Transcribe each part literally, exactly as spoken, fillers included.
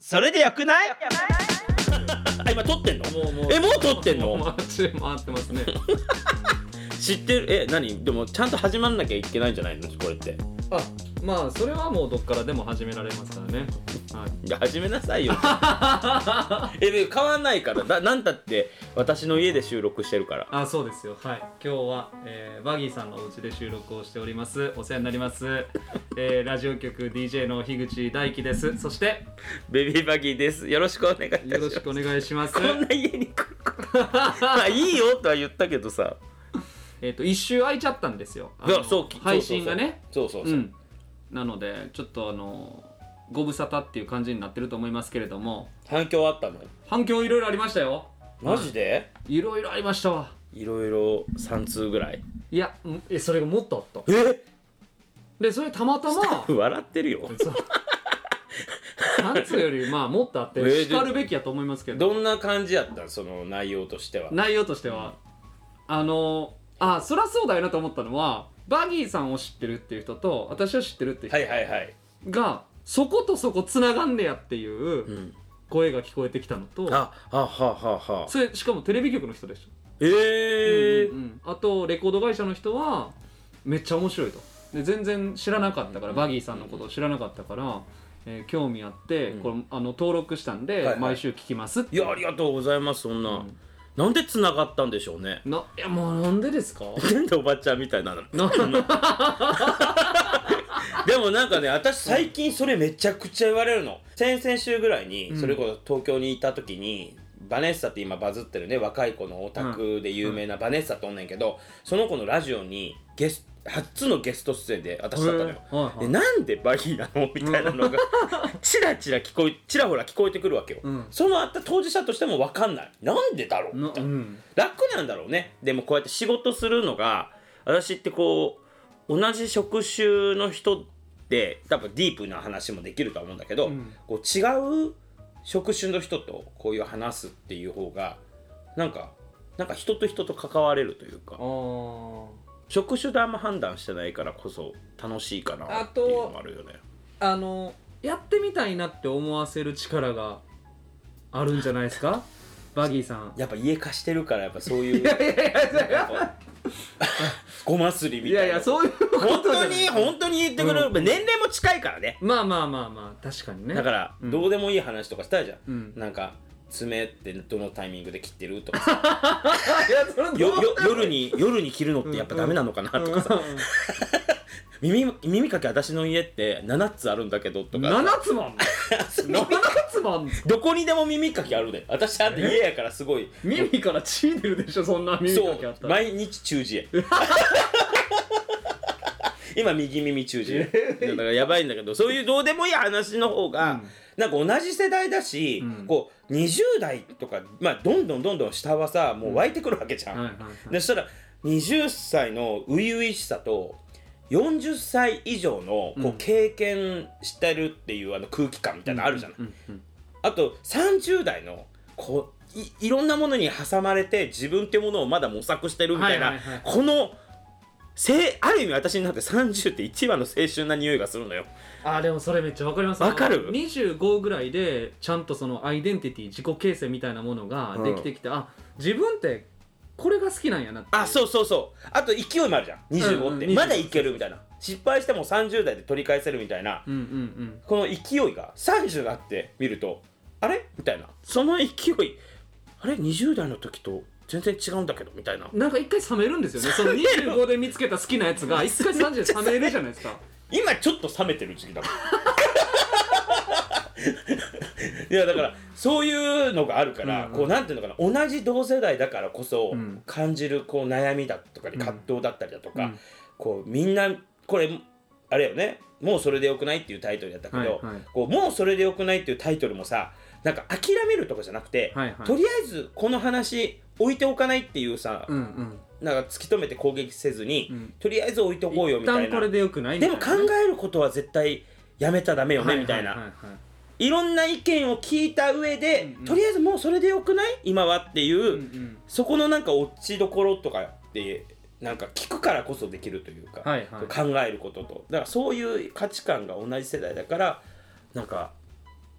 それでよくないあ、今撮ってんの？ もうもうえ、もう撮ってんの？ 回って回ってますね知ってる？え、何？でもちゃんと始まんなきゃいけないんじゃないのこれって。 あ、まあそれはもうどっからでも始められますからね、はい、 いや始めなさいよえ、で変わんないからだ、なんたって私の家で収録してるから。 あ、そうですよ。はい、今日は、えー、バギーさんのお家で収録をしております。お世話になります、えー、ラジオ局 ディージェー の樋口大輝です。そしてベビーバギーです。よろしくお願いいたします。 よろしくお願いします。 こんな家に来るまあいいよとは言ったけどさ、 えっと一周空いちゃったんですよ。 いや、そう、 配信がね。 そうそうそう、うん、 なのでちょっとあのご無沙汰っていう感じになってると思いますけれども。 反響あったの？ 反響いろいろありましたよ。 マジで？ いろいろありましたわ。 いろいろさん通ぐらい？ いや、え、それがもっとあった。 えでそれたまたま笑ってるよさん通よりまあもっとあってしかるべきやと思いますけど。 どんな感じやったの？その内容としては。 内容としては、うん、あのあ、そりゃそうだよなと思ったのは、バギーさんを知ってるっていう人と私を知ってるっていう人はいはいはいがそことそこつながんねやっていう声が聞こえてきたのと、うん、 あははははそれしかもテレビ局の人でしょ。 えー、 うんうんうん、あとレコード会社の人はめっちゃ面白いと。で全然知らなかったから、うん、バギーさんのことを知らなかったから、えー、興味あって、うん、これあの登録したんで、はいはい、毎週聞きますって。 いや、ありがとうございます。そんな、うん、なんで繋がったんでしょうね。 な、いやもうなんでですかなんでおばちゃんみたいなのでもなんかね、私最近それめちゃくちゃ言われるの。先々週ぐらいに、それこそ東京にいた時に、うん、バネッサって今バズってるね、若い子のオタクで有名なバネッサっておんねんけど、その子のラジオにゲス初のゲスト出演で私だったのよ、はいはい、でなんでバギーなのみたいなのがチラチラ聞こえチラほら聞こえてくるわけよ、うん、そのあった当事者としても分かんない、なんでだろうみたいな、うん、楽なんだろうね。でもこうやって仕事するのが、私ってこう同じ職種の人って多分ディープな話もできるとは思うんだけど、うん、こう違う職種の人とこういう話すっていう方がなんかなんか人と人と関われるというか、あ、職種であんま判断してないからこそ楽しいかなっていうのもあるよね。 あとあのやってみたいなって思わせる力があるんじゃないですかバギーさん。 やっぱ家貸してるからやっぱそういういやいやいやいやごますりみたいな。 いやいやそういうこと本当に本当に言ってくれる、うん、年齢も近いからね。まあまあまあまあ確かにね。 だから、うん、どうでもいい話とかしたいじゃん、うん、なんか爪ってどのタイミングで切ってるとかさいやそれよよ夜に夜に切るのってやっぱダメなのかなとかさ、うんうん、耳, 耳かき私の家ってななつあるんだけどとか。 ななつもあんのななつもあんのどこにでも耳かきあるで。私あって家やからすごい耳から血出るでしょ、そんな耳かきあったら。 毎日中耳炎今右耳中耳炎だからやばいんだけど、そういうどうでもいい話の方が、うん、なんか同じ世代だし、うん、こうにじゅう代とか、まあ、どんどんどんどん下はさもう湧いてくるわけじゃん、うん、はいはいはい、でそしたらはたちの初々しさとよんじゅっさい以上のこう経験してるっていうあの空気感みたいなのあるじゃない、うんうんうんうん、あとさんじゅう代のこう い, いろんなものに挟まれて自分っていうものをまだ模索してるみたいな、はいはいはい、このある意味私になってさんじゅうって一番の青春な匂いがするのよ。 あ、でもそれめっちゃわかります。 わかる？ にじゅうごぐらいでちゃんとそのアイデンティティ、自己形成みたいなものができてきて、うん、あ、自分ってこれが好きなんやなって。 あ、そうそうそう。あと勢いもあるじゃんにじゅうごって、うんうん、まだいけるみたいな、失敗してもさんじゅう代で取り返せるみたいな、うんうんうん、この勢いがさんじゅうになってみるとあれみたいな、その勢いあれにじゅう代の時と全然違うんだけどみたいな、 なんか一回冷めるんですよね。そのにじゅうごで見つけた好きなやつが一回さんじゅうで冷めるじゃないですか今ちょっと冷めてる時期だもんいやだからそういうのがあるから、うんうん、こうなんていうのかな、同じ同世代だからこそ感じるこう悩みだとかに葛藤だったりだとか、うん、こうみんなこれあれよね、もうそれでよくないっていうタイトルだったけど、はいはい、こうもうそれでよくないっていうタイトルもさ、なんか諦めるとかじゃなくて、はいはい、とりあえずこの話置いておかないっていうさ、うんうん、なんか突き止めて攻撃せずに、うん、とりあえず置いておこうよみたいな、 一旦これでよくないみたいな、 でも考えることは絶対やめたらダメよね、はいはいはいはい、みたいな、いろんな意見を聞いた上で、うんうん、とりあえずもうそれでよくない今はっていう、うんうん、そこのなんか落ちどころとかってなんか聞くからこそできるというか、はいはい、考えることと、だからそういう価値観が同じ世代だからなんか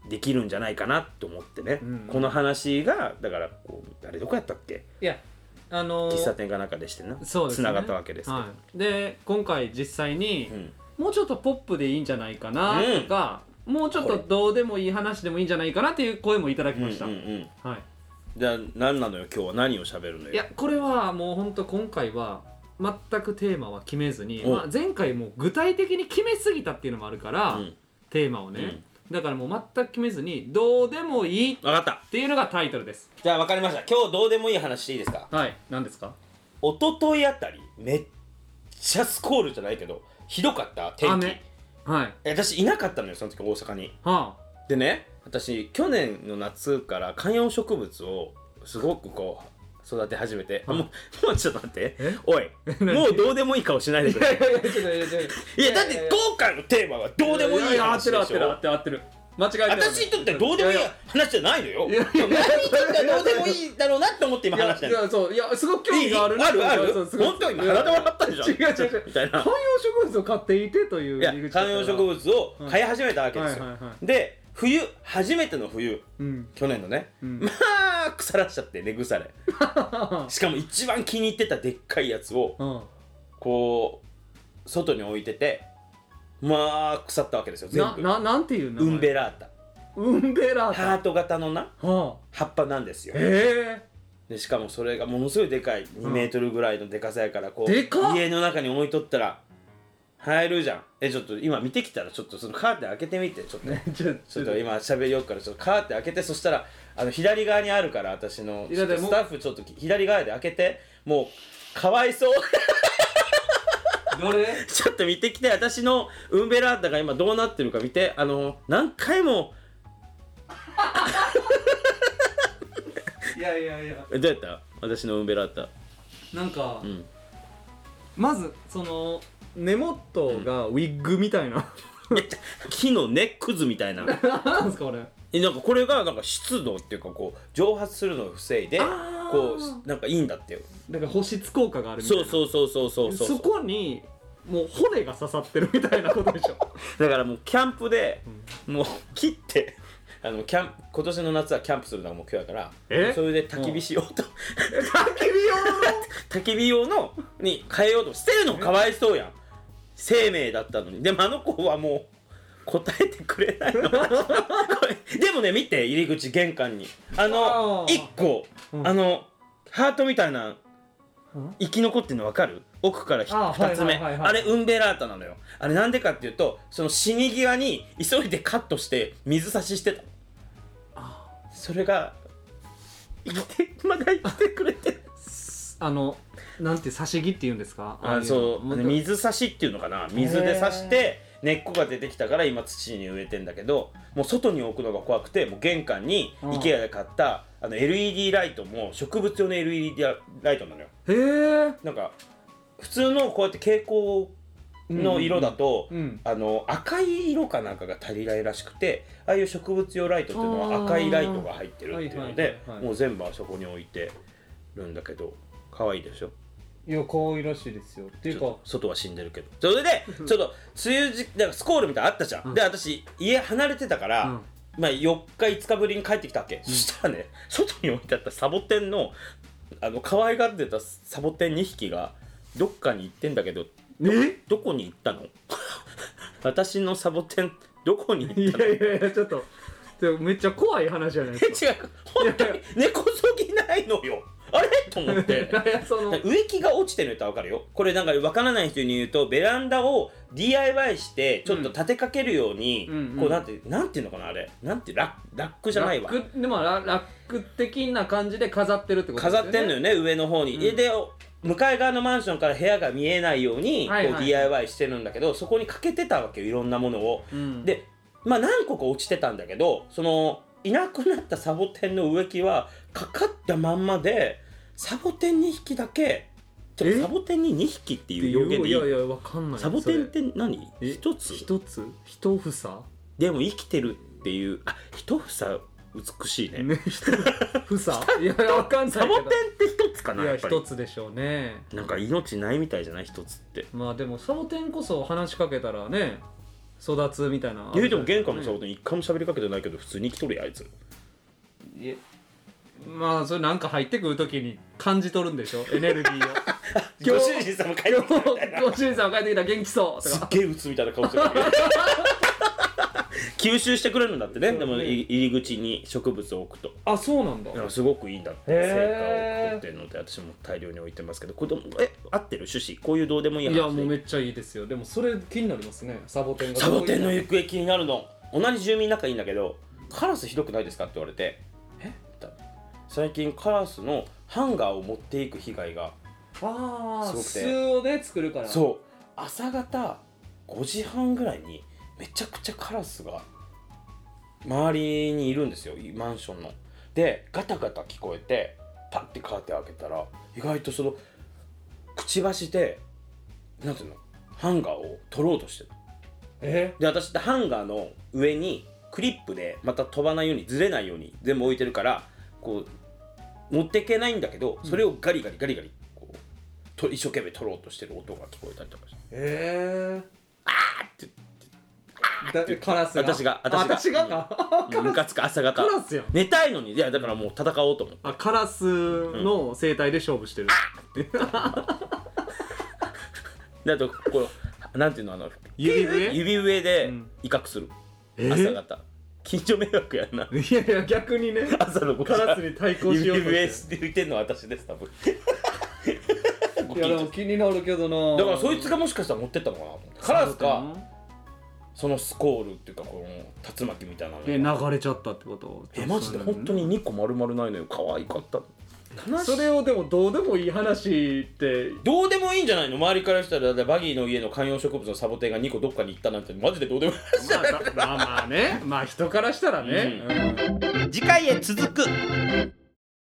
できるんじゃないかなと思ってね、 うん、 この話がだからこうあれどこやったっけ、 いやあのー、 喫茶店かなんかでしてな、 そうですね、 つながったわけですけど、 はい、で今回実際に、うん、もうちょっとポップでいいんじゃないかなとか、うん、もうちょっとどうでもいい話でもいいんじゃないかなっていう声もいただきました、うんうんうん、はい、 じゃあ何なのよ今日は、何を喋るのよ。 いやこれはもう本当今回は全くテーマは決めずに、まあ、前回もう具体的に決めすぎたっていうのもあるから、うん、テーマをね、うんだからもう全く決めずにどうでもいいっていうのがタイトルです。 じゃあ分かりました。今日どうでもいい話していいですか。 はい。何ですか。 一昨日あたりめっちゃスコールじゃないけどひどかった天気。 はい。 私いなかったのよその時大阪に。 はあ、 でね私去年の夏から観葉植物をすごくこう育て始めて、もう、もうちょっと待って、おい、もうどうでもいい顔しないでくれ。いやいやいや、ちょっといやいやいや、だって今回のテーマはどうでもいい話でしょ。合ってる合ってる合ってる。間違えてる。私にとってどうでもいい話じゃないのよ。いやいや、何にとってどうでもいいだろうなって思って今話してる。いやそう、いやすごく興味があるな。あるある。本当に鼻で笑ったでしょ。違う違う違う。みたいな。観葉植物を飼っていてという入り口。観葉植物を飼い始めたわけですよ。で。冬初めての冬、うん、去年のね、うん、まあ腐らしちゃって根腐れしかも一番気に入ってたでっかいやつを、うん、こう外に置いててまあ腐ったわけですよ全部。 な、な、なんていうの。 ウンベラータ。 ウンベラータ。 ハート型のな、はあ、葉っぱなんですよ。 へーでしかもそれがものすごいでかいにメートルぐらいのでかさやからこう家の中に置いとったら入るじゃん。えちょっと今見てきたらちょっとそのカーテン開けてみてちょっと、ね、ちょちょっと今喋りよっからちょっとカーテン開けて、そしたらあの左側にあるから私のスタッフちょっと左側で開けて、もうかわいそうどれちょっと見てきて、私のウンベラータが今どうなってるか見て。あの何回もいやいやいやどうやった私のウンベラータ。 なんか、うん、まずその根元がウィッグみたいな、 うん、木のネック図みたいな。 なんですかこれ。 えなんかこれがなんか湿度っていうかこう蒸発するのを防いでこうなんかいいんだってよ。 だから保湿効果があるみたいな。 そうそうそうそうそうそう。 そこにもう骨が刺さってるみたいなことでしょ。 だからもうキャンプで、うん、もう切ってあのキャン今年の夏はキャンプするのが目標だから、えそれで焚き火しようと。焚き火用の焚き火用のに変えようと。捨てるのかわいそうやん。生命だったのに。でもあの子はもう答えてくれないの。でもね見て入り口玄関にあのいっこ、うん、あのハートみたいな生き残ってるの分かる？奥からふたつめ、あれウンベラータなのよ。あれなんでかっていうとその死に際に急いでカットして水差ししてた。それが生きてまだ生きてくれてる。 あのなんて刺し木っていうんですか。 ああそう水差しっていうのかな。水で刺して根っこが出てきたから今土に植えてんだけど、もう外に置くのが怖くてもう玄関に IKEA で買ったあの エルイーディー ライトも植物用の エルイーディー ライトなのよ。 へえ。 なんか普通のこうやって蛍光の色だと、うんうんうん、あの赤い色かなんかが足りないらしくて、ああいう植物用ライトっていうのは赤いライトが入ってるっていうので、はいはいはいはい、もう全部あそこに置いてるんだけど可愛いでしょ。 いや可愛らしいですよ。っていうか外は死んでるけど。それでちょっと梅雨時なんかスコールみたいなのあったじゃん、うん、で私家離れてたから、うん、まあよっかいつかぶりに帰ってきたわけ、うん、そしたらね外に置いてあったサボテンのあの可愛がってたサボテンにひきがどっかに行ってんだけど、ど, どこに行ったの私のサボテンどこに行ったの。 いやいやいやちょっとめっちゃ怖い話じゃないですか。 違う本当に根こそぎないのよ。あれと思ってその植木が落ちてるのって分かるよ。これなんか分からない人に言うとベランダを ディーアイワイ してちょっと立てかけるように、うん、こうなんてなんていうのかなあれなんてラッ、ラックじゃないわ。 ラックでもラック的な感じで飾ってるってことですよね。 飾ってんのよね上の方に、うん、で向かい側のマンションから部屋が見えないようにこう ディーアイワイ してるんだけど、そこにかけてたわけよいろんなものを、うん、でまあ何個か落ちてたんだけどそのいなくなったサボテンの植木はかかったまんまでサボテンにひきだけちょっとサボテンににひきっていう表現でいい？ いやいやわかんない。 サボテンって何？一つ？ 一つ？一房？ でも生きてるっていうあ一房美しいね。 ね房？いやわかんないけど。 サボテンって一つかな。 いや一つでしょうね。 なんか命ないみたいじゃない一つって。 まあでもサボテンこそ話しかけたらね育つみたいな。 言うても玄関のサボテン一回も喋りかけてないけど普通に生きとるやあいつ。 いえまあそれなんか入ってくるときに感じ取るんでしょエネルギーをご主人様帰ってきたみたいな。 ご主人様帰ってきたら元気そうとすっかげえ打つみたいな顔してる吸収してくれるんだってね。でも入り口に植物を置くとあそうなんだ。 いやすごくいいんだって成果を取ってるので私も大量に置いてますけど、これえ合ってる趣旨こういうどうでもいい話。 いやもうめっちゃいいですよ。でもそれ気になりますねサボテンが。 サボテンの行方気になるの。同じ住民仲いいんだけどカラスひどくないですかって言われてえ最近カラスのハンガーを持っていく被害がああすごくて巣をね作るから。 そう朝方ごじはんぐらいにめちゃくちゃカラスが周りにいるんですよマンションの。でガタガタ聞こえてパッてカーテン開けたら意外とそのくちばしでなんていうのハンガーを取ろうとしてる。 えで私ってハンガーの上にクリップでまた飛ばないようにずれないように全部置いてるからこう持っていけないんだけど、それをガリガリガリガリこうと一生懸命取ろうとしてる音が聞こえたりとかして、 えー、 あーってだカラスが私が私が私がかムカつく朝方カラスやん。 寝たいのにいやだからもう戦おうと思って、 あカラスの生態で勝負してる、 であとこうなんていうのあの指笛指笛でうん威嚇する、 えー朝方近所迷惑やんな。 いやいや逆にね朝のカラスに対抗しようと指して笛吹いてんのは私です多分。 いやでも気になるけどな。 だからそいつがもしかしたら持ってったのかなと思って。カラスかそのスコールっていうかこの竜巻みたいなのえ流れちゃったってこと。 えマジで本当ににこ丸々ないのよ。可愛かった。悲しい。 それをでもどうでもいい話ってどうでもいいんじゃないの周りからしたら。バギーの家の観葉植物のサボテンがにこどっかに行ったなんてマジでどうでもいい話じゃない。 まあまあまあねまあ人からしたらね、 うん次回へ続く。